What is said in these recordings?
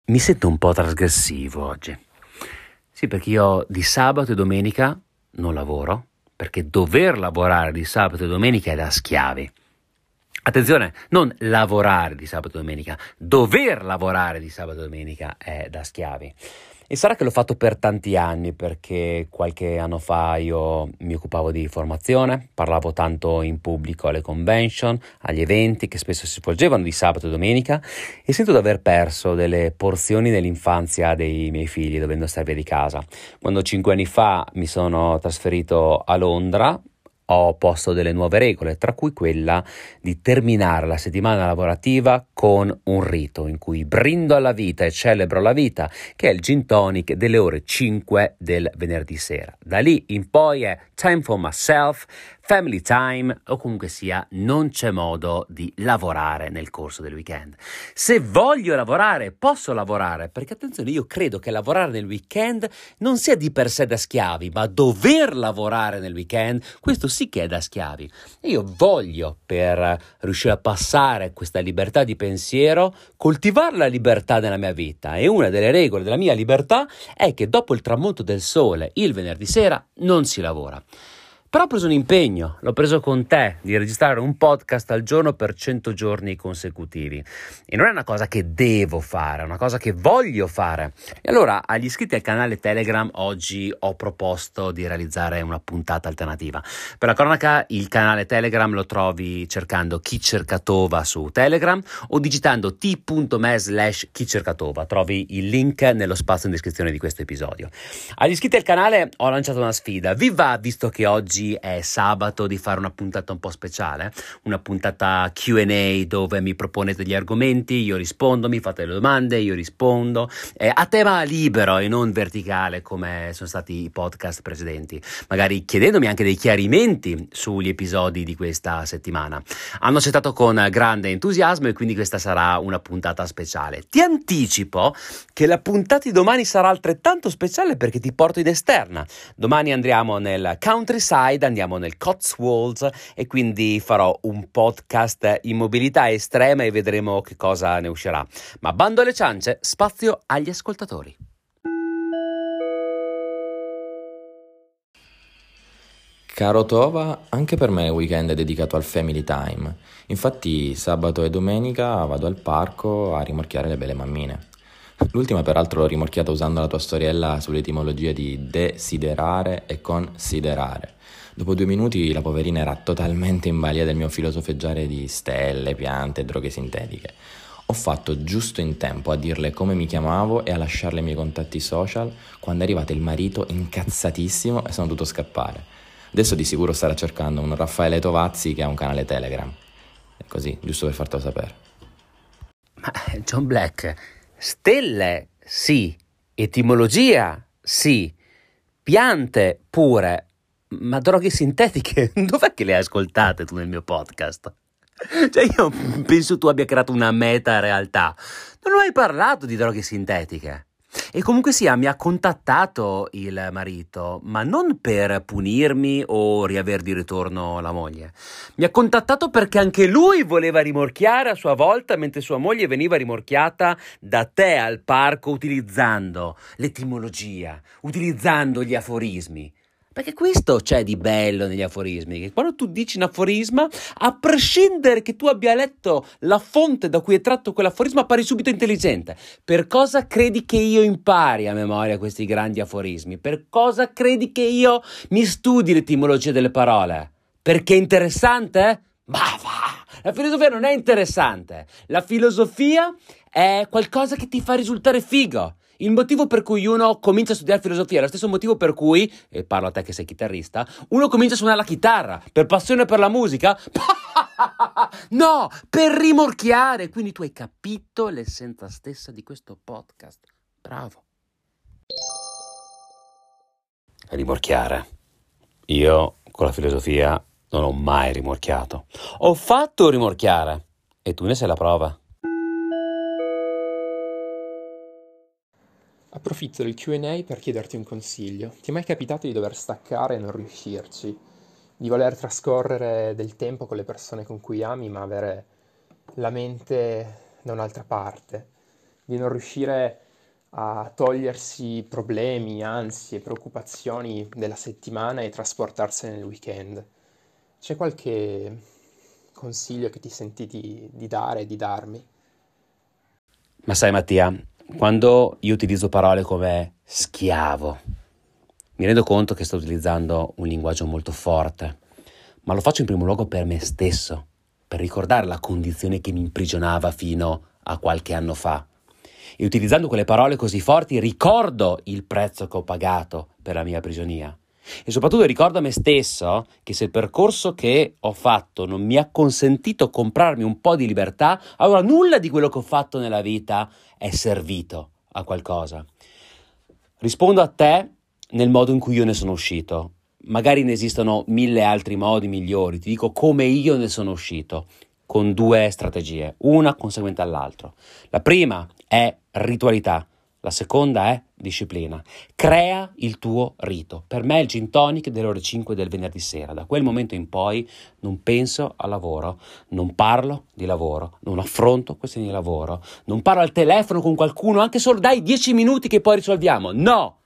Mi sento un po' trasgressivo oggi. Sì, perché io di sabato e domenica non lavoro, perché dover lavorare di sabato e domenica è da schiavi. Attenzione, non lavorare di sabato e domenica, dover lavorare di sabato e domenica è da schiavi. E sarà che l'ho fatto per tanti anni, perché qualche anno fa io mi occupavo di formazione, parlavo tanto in pubblico alle convention, agli eventi che spesso si svolgevano di sabato e domenica, e sento di aver perso delle porzioni dell'infanzia dei miei figli dovendo stare via di casa. Quando 5 anni fa mi sono trasferito a Londra, ho posto delle nuove regole, tra cui quella di terminare la settimana lavorativa con un rito in cui brindo alla vita e celebro la vita, che è il gin tonic delle ore 5 del venerdì sera. Da lì in poi è time for myself, family time, o comunque sia non c'è modo di lavorare nel corso del weekend. Se voglio lavorare, posso lavorare, perché attenzione, io credo che lavorare nel weekend non sia di per sé da schiavi, ma dover lavorare nel weekend, questo sì che è da schiavi. E io voglio, per riuscire a passare questa libertà di pensiero, coltivare la libertà nella mia vita, e una delle regole della mia libertà è che dopo il tramonto del sole, il venerdì sera, non si lavora. Però ho preso un impegno, l'ho preso con te, di registrare un podcast al giorno per 100 giorni consecutivi. E non è una cosa che devo fare, è una cosa che voglio fare. E allora, agli iscritti al canale Telegram, oggi ho proposto di realizzare una puntata alternativa. Per la cronaca, il canale Telegram lo trovi cercando Chi cerca Tova su Telegram o digitando t.me/Chi cerca Tova. Trovi il link nello spazio in descrizione di questo episodio. Agli iscritti al canale ho lanciato una sfida. Vi va, visto che oggi è sabato, di fare una puntata un po' speciale? Una puntata Q&A dove mi proponete gli argomenti, io rispondo, mi fate le domande, io rispondo, a tema libero e non verticale come sono stati i podcast precedenti, magari chiedendomi anche dei chiarimenti sugli episodi di questa settimana. Hanno accettato con grande entusiasmo e quindi questa sarà una puntata speciale. Ti anticipo che la puntata di domani sarà altrettanto speciale perché ti porto in esterna. Domani andiamo nel countryside, andiamo nel Cotswolds e quindi farò un podcast in mobilità estrema e vedremo che cosa ne uscirà. Ma bando alle ciance, spazio agli ascoltatori. Caro Tova, anche per me il weekend è dedicato al family time. Infatti sabato e domenica vado al parco a rimorchiare le belle mammine. L'ultima peraltro l'ho rimorchiata usando la tua storiella sull'etimologia di desiderare e considerare. Dopo 2 minuti la poverina era totalmente in balia del mio filosofeggiare di stelle, piante e droghe sintetiche. Ho fatto giusto in tempo a dirle come mi chiamavo e a lasciarle i miei contatti social quando è arrivato il marito incazzatissimo e sono dovuto scappare. Adesso di sicuro starà cercando un Raffaele Tovazzi che ha un canale Telegram. È così, giusto per fartelo sapere. Ma John Black, stelle sì, etimologia sì, piante pure, ma droghe sintetiche dov'è che le hai ascoltate tu nel mio podcast? Cioè io penso tu abbia creato una meta realtà, non ho mai parlato di droghe sintetiche. E comunque sia, mi ha contattato il marito, ma non per punirmi o riaver di ritorno la moglie. Mi ha contattato perché anche lui voleva rimorchiare a sua volta, mentre sua moglie veniva rimorchiata da te al parco utilizzando l'etimologia, utilizzando gli aforismi. Perché questo c'è di bello negli aforismi, che quando tu dici un aforisma, a prescindere che tu abbia letto la fonte da cui è tratto quell'aforisma, appari subito intelligente. Per cosa credi che io impari a memoria questi grandi aforismi? Per cosa credi che io mi studi l'etimologia delle parole? Perché è interessante? Ma va! La filosofia non è interessante. La filosofia è qualcosa che ti fa risultare figo. Il motivo per cui uno comincia a studiare filosofia è lo stesso motivo per cui, e parlo a te che sei chitarrista, uno comincia a suonare la chitarra. Per passione per la musica? No, per rimorchiare. Quindi tu hai capito l'essenza stessa di questo podcast. Bravo. Rimorchiare. Io con la filosofia non ho mai rimorchiato. Ho fatto rimorchiare. E tu ne sei la prova. Approfitto del Q&A per chiederti un consiglio. Ti è mai capitato di dover staccare e non riuscirci? Di voler trascorrere del tempo con le persone con cui ami, ma avere la mente da un'altra parte? di non riuscire a togliersi problemi, ansie, preoccupazioni della settimana e trasportarsene nel weekend. C'è qualche consiglio che ti senti di dare, di darmi? Ma sai Mattia, quando io utilizzo parole come schiavo, mi rendo conto che sto utilizzando un linguaggio molto forte, ma lo faccio in primo luogo per me stesso, per ricordare la condizione che mi imprigionava fino a qualche anno fa. E utilizzando quelle parole così forti ricordo il prezzo che ho pagato per la mia prigionia. E soprattutto ricordo a me stesso che se il percorso che ho fatto non mi ha consentito comprarmi un po' di libertà, allora nulla di quello che ho fatto nella vita è servito a qualcosa. Rispondo a te nel modo in cui io ne sono uscito. Magari ne esistono 1000 altri modi migliori, ti dico come io ne sono uscito, con 2 strategie, una conseguente all'altra. La prima è ritualità, la seconda è disciplina. Crea il tuo rito. Per me è il gin tonic delle ore 5 del venerdì sera. Da quel momento in poi non penso al lavoro, non parlo di lavoro, non affronto questioni di lavoro, non parlo al telefono con qualcuno, anche solo dai 10 minuti che poi risolviamo. No!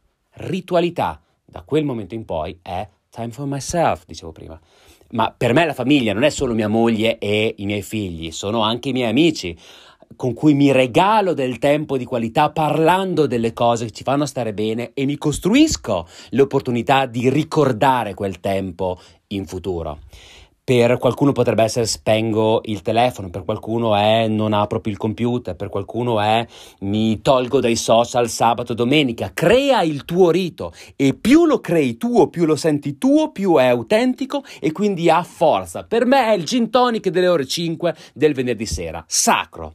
Ritualità. Da quel momento in poi è time for myself, dicevo prima. Ma per me la famiglia non è solo mia moglie e i miei figli, sono anche i miei amici, con cui mi regalo del tempo di qualità parlando delle cose che ci fanno stare bene e mi costruisco l'opportunità di ricordare quel tempo in futuro. Per qualcuno potrebbe essere spengo il telefono, per qualcuno è non apro più il computer, per qualcuno è mi tolgo dai social sabato e domenica. Crea il tuo rito e più lo crei tuo, più lo senti tuo, più è autentico e quindi ha forza. Per me è il gin tonic delle ore 5 del venerdì sera, sacro.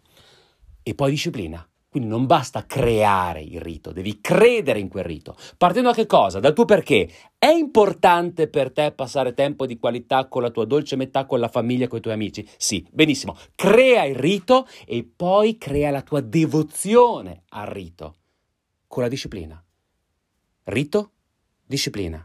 E poi disciplina. Quindi non basta creare il rito, devi credere in quel rito. Partendo da che cosa? Dal tuo perché. È importante per te passare tempo di qualità con la tua dolce metà, con la famiglia, con i tuoi amici? Sì, benissimo. Crea il rito e poi crea la tua devozione al rito. Con la disciplina. Rito, disciplina.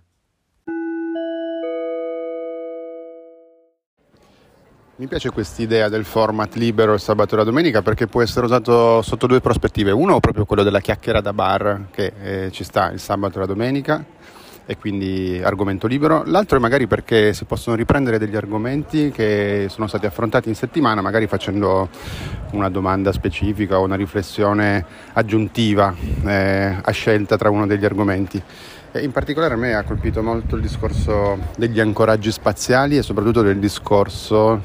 Mi piace quest'idea del format libero il sabato e la domenica perché può essere usato sotto 2 prospettive. Uno proprio quello della chiacchiera da bar che ci sta il sabato e la domenica e quindi argomento libero. L'altro è magari perché si possono riprendere degli argomenti che sono stati affrontati in settimana, magari facendo una domanda specifica o una riflessione aggiuntiva a scelta tra uno degli argomenti. In particolare a me ha colpito molto il discorso degli ancoraggi spaziali e soprattutto del discorso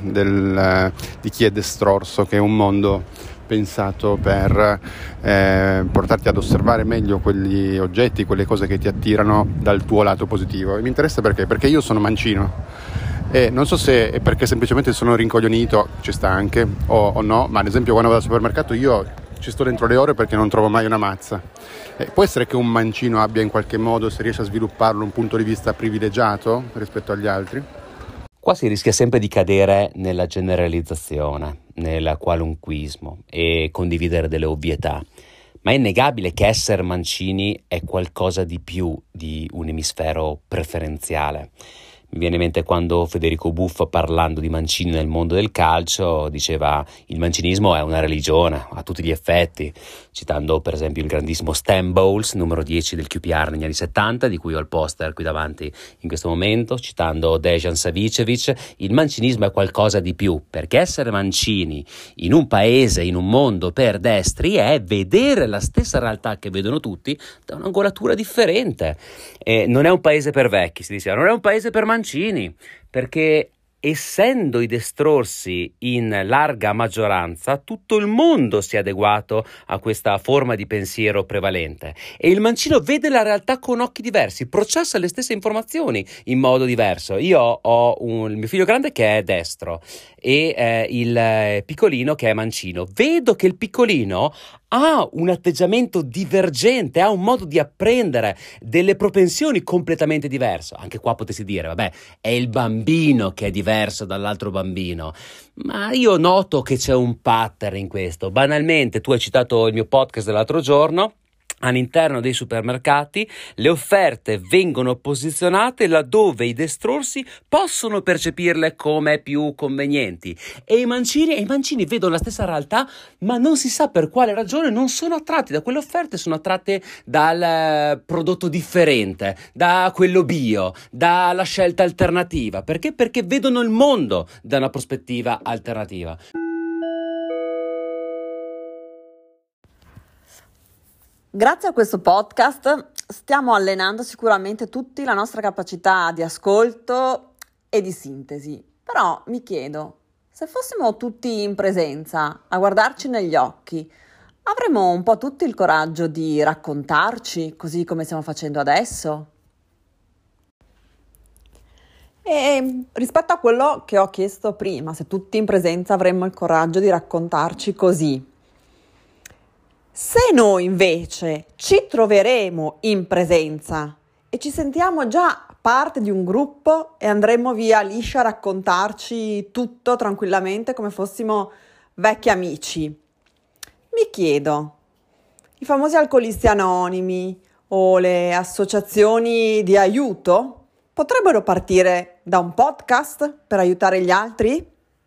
di chi è destrorso, che è un mondo pensato per portarti ad osservare meglio quegli oggetti, quelle cose che ti attirano dal tuo lato positivo. E mi interessa perché io sono mancino e non so se è perché semplicemente sono rincoglionito, ci sta anche, o no, ma ad esempio quando vado al supermercato io ci sto dentro le ore perché non trovo mai una mazza. Può essere che un mancino abbia in qualche modo, se riesce a svilupparlo, un punto di vista privilegiato rispetto agli altri? Qua si rischia sempre di cadere nella generalizzazione, nel qualunquismo e condividere delle ovvietà. Ma è innegabile che essere mancini è qualcosa di più di un emisfero preferenziale. Mi viene in mente quando Federico Buffa, parlando di mancini nel mondo del calcio, diceva il mancinismo è una religione a tutti gli effetti, citando per esempio il grandissimo Stan Bowles, numero 10 del QPR negli anni 70, di cui ho il poster qui davanti in questo momento, citando Dejan Savicevic. Il mancinismo è qualcosa di più, perché essere mancini in un paese, in un mondo per destri, è vedere la stessa realtà che vedono tutti da un'angolatura differente. Non è un paese per vecchi, si diceva, non è un paese per mancini, perché essendo i destrorsi in larga maggioranza, tutto il mondo si è adeguato a questa forma di pensiero prevalente e il mancino vede la realtà con occhi diversi, processa le stesse informazioni in modo diverso. Io ho il mio figlio grande che è destro e il piccolino che è mancino. Vedo che il piccolino ha un atteggiamento divergente, ha un modo di apprendere, delle propensioni completamente diverse. Anche qua potessi dire, vabbè, è il bambino che è diverso dall'altro bambino. Ma io noto che c'è un pattern in questo. Banalmente, tu hai citato il mio podcast dell'altro giorno, all'interno dei supermercati le offerte vengono posizionate laddove i destrorsi possono percepirle come più convenienti e i mancini vedono la stessa realtà, ma non si sa per quale ragione non sono attratti da quelle offerte, sono attratte dal prodotto differente, da quello bio, dalla scelta alternativa. Perché? Perché vedono il mondo da una prospettiva alternativa. Grazie a questo podcast stiamo allenando sicuramente tutti la nostra capacità di ascolto e di sintesi. Però mi chiedo, se fossimo tutti in presenza a guardarci negli occhi, avremmo un po' tutti il coraggio di raccontarci così come stiamo facendo adesso? E rispetto a quello che ho chiesto prima, se tutti in presenza avremmo il coraggio di raccontarci così, se noi invece ci troveremo in presenza e ci sentiamo già parte di un gruppo e andremo via liscia a raccontarci tutto tranquillamente come fossimo vecchi amici, mi chiedo, i famosi alcolisti anonimi o le associazioni di aiuto potrebbero partire da un podcast per aiutare gli altri?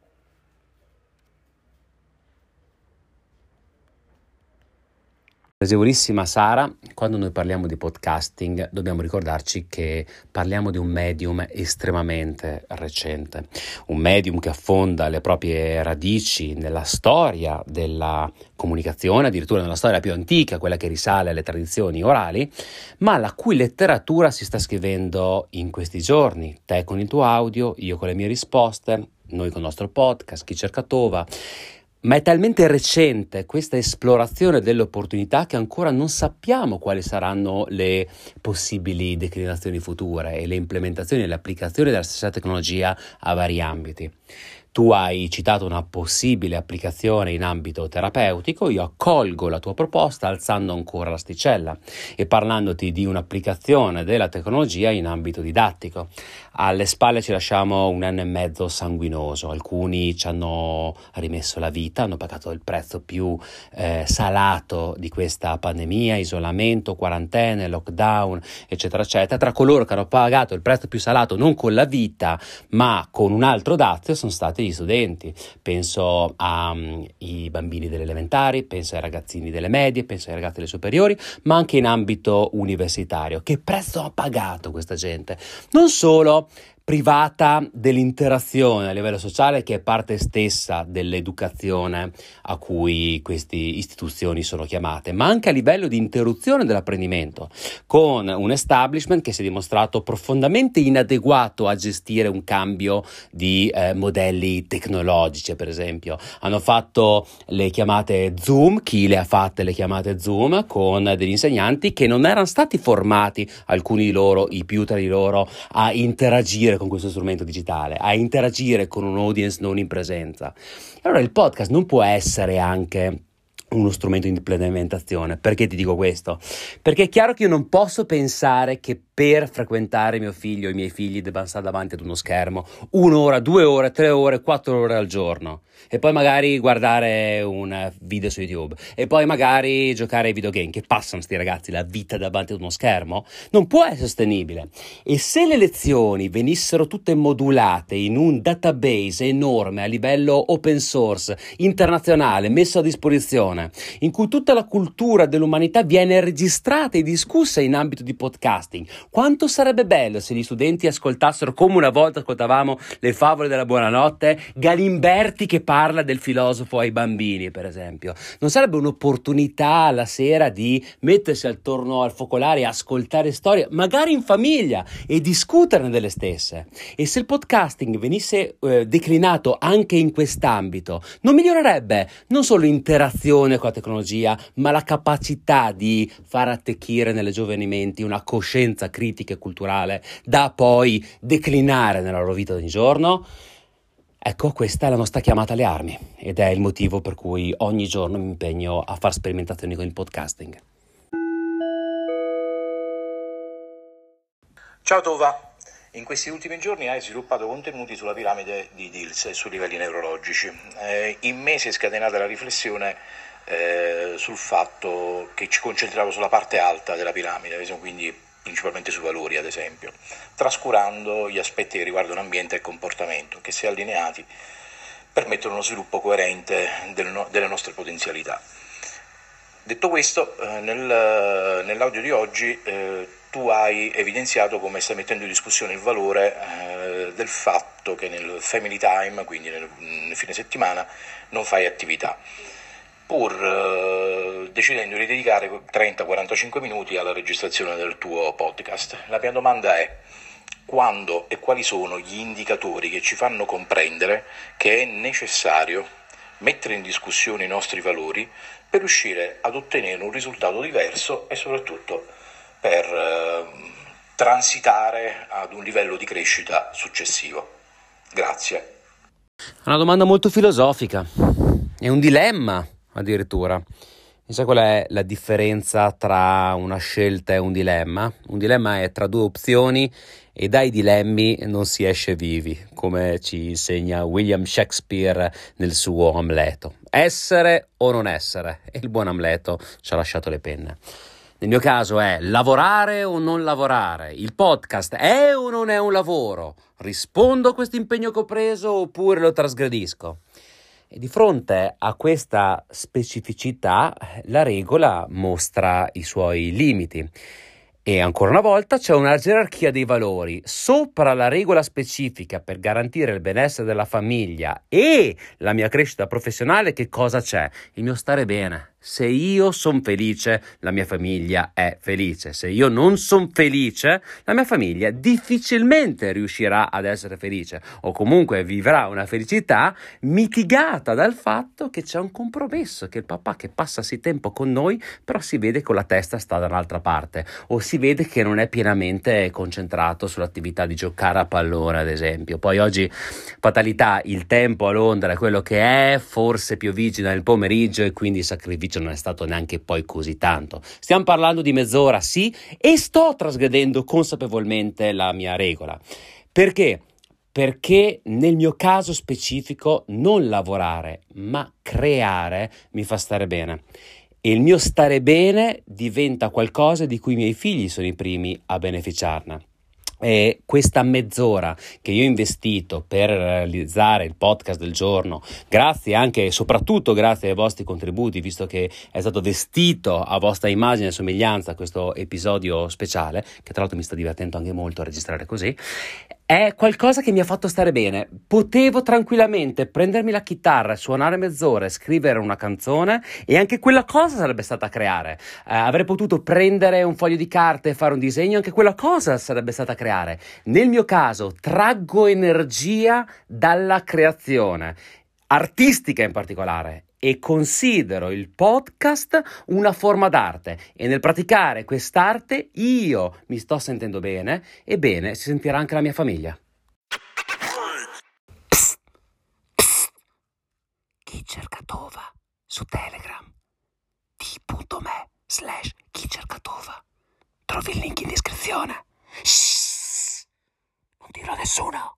Pregevolissima Sara, quando noi parliamo di podcasting dobbiamo ricordarci che parliamo di un medium estremamente recente, un medium che affonda le proprie radici nella storia della comunicazione, addirittura nella storia più antica, quella che risale alle tradizioni orali, ma la cui letteratura si sta scrivendo in questi giorni, te con il tuo audio, io con le mie risposte, noi con il nostro podcast, Chi cerca Tova. Ma è talmente recente questa esplorazione delle opportunità che ancora non sappiamo quali saranno le possibili declinazioni future e le implementazioni e le applicazioni della stessa tecnologia a vari ambiti. Tu hai citato una possibile applicazione in ambito terapeutico, io accolgo la tua proposta alzando ancora l'asticella e parlandoti di un'applicazione della tecnologia in ambito didattico. Alle spalle ci lasciamo un anno e mezzo sanguinoso, alcuni ci hanno rimesso la vita, hanno pagato il prezzo più salato di questa pandemia, isolamento, quarantene, lockdown, eccetera, eccetera. Tra coloro che hanno pagato il prezzo più salato non con la vita, ma con un altro dazio sono stati gli studenti. Penso ai bambini delle elementari, penso ai ragazzini delle medie, penso ai ragazzi delle superiori, ma anche in ambito universitario. Che prezzo ha pagato questa gente? Non solo privata dell'interazione a livello sociale, che è parte stessa dell'educazione a cui queste istituzioni sono chiamate, ma anche a livello di interruzione dell'apprendimento, con un establishment che si è dimostrato profondamente inadeguato a gestire un cambio di modelli tecnologici. Per esempio, hanno fatto le chiamate Zoom, chi le ha fatte le chiamate Zoom, con degli insegnanti che non erano stati formati, alcuni di loro, i più tra di loro, a interagire con questo strumento digitale, a interagire con un audience non in presenza. Allora il podcast non può essere anche uno strumento di implementazione. Perché ti dico questo? Perché è chiaro che io non posso pensare che per frequentare mio figlio o i miei figli debbano stare davanti ad uno schermo 1 ora, 2 ore, 3 ore, 4 ore al giorno e poi magari guardare un video su YouTube e poi magari giocare ai videogame. Che passano sti ragazzi la vita davanti ad uno schermo? Non può essere sostenibile. E se le lezioni venissero tutte modulate in un database enorme a livello open source, internazionale, messo a disposizione, in cui tutta la cultura dell'umanità viene registrata e discussa in ambito di podcasting, quanto sarebbe bello se gli studenti ascoltassero, come una volta ascoltavamo le favole della buonanotte, Galimberti che parla del filosofo ai bambini, per esempio. Non sarebbe un'opportunità la sera di mettersi attorno al focolare e ascoltare storie, magari in famiglia, e discuterne delle stesse? E se il podcasting venisse declinato anche in quest'ambito, non migliorerebbe non solo l'interazione con la tecnologia, ma la capacità di far attecchire nelle giovani menti una coscienza critica e culturale da poi declinare nella loro vita ogni giorno? Ecco, questa è la nostra chiamata alle armi ed è il motivo per cui ogni giorno mi impegno a fare sperimentazioni con il podcasting. Ciao Tova, in questi ultimi giorni hai sviluppato contenuti sulla piramide di Diels e sui livelli neurologici. In me si è scatenata la riflessione sul fatto che ci concentriamo sulla parte alta della piramide, quindi principalmente sui valori ad esempio, trascurando gli aspetti che riguardano ambiente e comportamento, che se allineati permettono uno sviluppo coerente delle nostre potenzialità. Detto questo, nell'audio di oggi tu hai evidenziato come stai mettendo in discussione il valore del fatto che nel family time, quindi nel fine settimana, non fai attività, pur decidendo di dedicare 30-45 minuti alla registrazione del tuo podcast. La mia domanda è: quando e quali sono gli indicatori che ci fanno comprendere che è necessario mettere in discussione i nostri valori per riuscire ad ottenere un risultato diverso e soprattutto per transitare ad un livello di crescita successivo? Grazie. È una domanda molto filosofica, è un dilemma addirittura. E sai qual è la differenza tra una scelta e un dilemma? Un dilemma è tra due opzioni e dai dilemmi non si esce vivi, come ci insegna William Shakespeare nel suo Amleto. Essere o non essere, e il buon Amleto ci ha lasciato le penne. Nel mio caso è lavorare o non lavorare, il podcast è o non è un lavoro, rispondo a questo impegno che ho preso oppure lo trasgredisco. E di fronte a questa specificità la regola mostra i suoi limiti. E ancora una volta c'è una gerarchia dei valori. Sopra la regola specifica per garantire il benessere della famiglia e la mia crescita professionale, che cosa c'è? Il mio stare bene. Se io sono felice, la mia famiglia è felice. Se io non sono felice, la mia famiglia difficilmente riuscirà ad essere felice, o comunque vivrà una felicità mitigata dal fatto che c'è un compromesso, che il papà che passa sì tempo con noi, però si vede che la testa sta da un'altra parte, o si vede che non è pienamente concentrato sull'attività di giocare a pallone, ad esempio. Poi oggi, fatalità, il tempo a Londra è quello che è, forse pioviggina nel pomeriggio e quindi il sacrificio non è stato neanche poi così tanto. Stiamo parlando di mezz'ora, sì, e sto trasgredendo consapevolmente la mia regola. Perché? Perché nel mio caso specifico non lavorare, ma creare mi fa stare bene. E il mio stare bene diventa qualcosa di cui i miei figli sono i primi a beneficiarne. E questa mezz'ora che io ho investito per realizzare il podcast del giorno, grazie anche e soprattutto grazie ai vostri contributi, visto che è stato vestito a vostra immagine e somiglianza questo episodio speciale, che tra l'altro mi sta divertendo anche molto a registrare così, è qualcosa che mi ha fatto stare bene. Potevo tranquillamente prendermi la chitarra, suonare mezz'ora, scrivere una canzone, e anche quella cosa sarebbe stata creare. Avrei potuto prendere un foglio di carta e fare un disegno, anche quella cosa sarebbe stata creare. Nel mio caso traggo energia dalla creazione, artistica in particolare, e considero il podcast una forma d'arte, e nel praticare quest'arte io mi sto sentendo bene, e bene si sentirà anche la mia famiglia. Psst, psst. Chi cerca Tova su Telegram, t.me/chi cerca Tova. Trovi il link in descrizione. Shhh, non dirò a nessuno.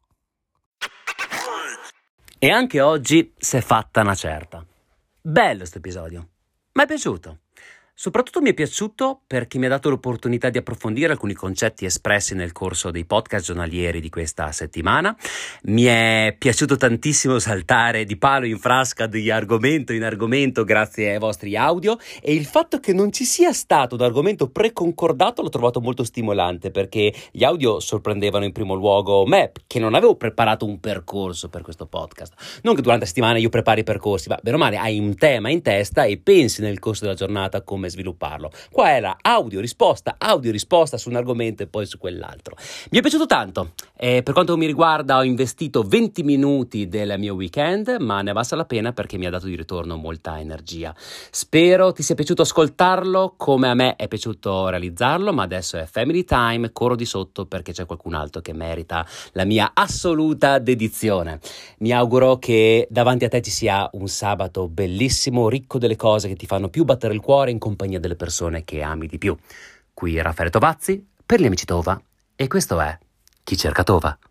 E anche oggi si è fatta una certa. Bello questo episodio, mi è piaciuto. Soprattutto mi è piaciuto perché mi ha dato l'opportunità di approfondire alcuni concetti espressi nel corso dei podcast giornalieri di questa settimana. Mi è piaciuto tantissimo saltare di palo in frasca, di argomento in argomento grazie ai vostri audio, e il fatto che non ci sia stato un argomento preconcordato l'ho trovato molto stimolante, perché gli audio sorprendevano in primo luogo me, che non avevo preparato un percorso per questo podcast. Non che durante la settimana io prepari i percorsi, ma bene o male hai un tema in testa e pensi nel corso della giornata come svilupparlo. Qua era audio risposta su un argomento e poi su quell'altro. Mi è piaciuto tanto. Per quanto mi riguarda ho investito 20 minuti del mio weekend, ma ne è valsa la pena perché mi ha dato di ritorno molta energia. Spero ti sia piaciuto ascoltarlo come a me è piaciuto realizzarlo, ma adesso è family time, corro di sotto perché c'è qualcun altro che merita la mia assoluta dedizione. Mi auguro che davanti a te ci sia un sabato bellissimo, ricco delle cose che ti fanno più battere il cuore in compagnia delle persone che ami di più. Qui Raffaele Tovazzi per gli amici Tova, e questo è Chi cerca Tova.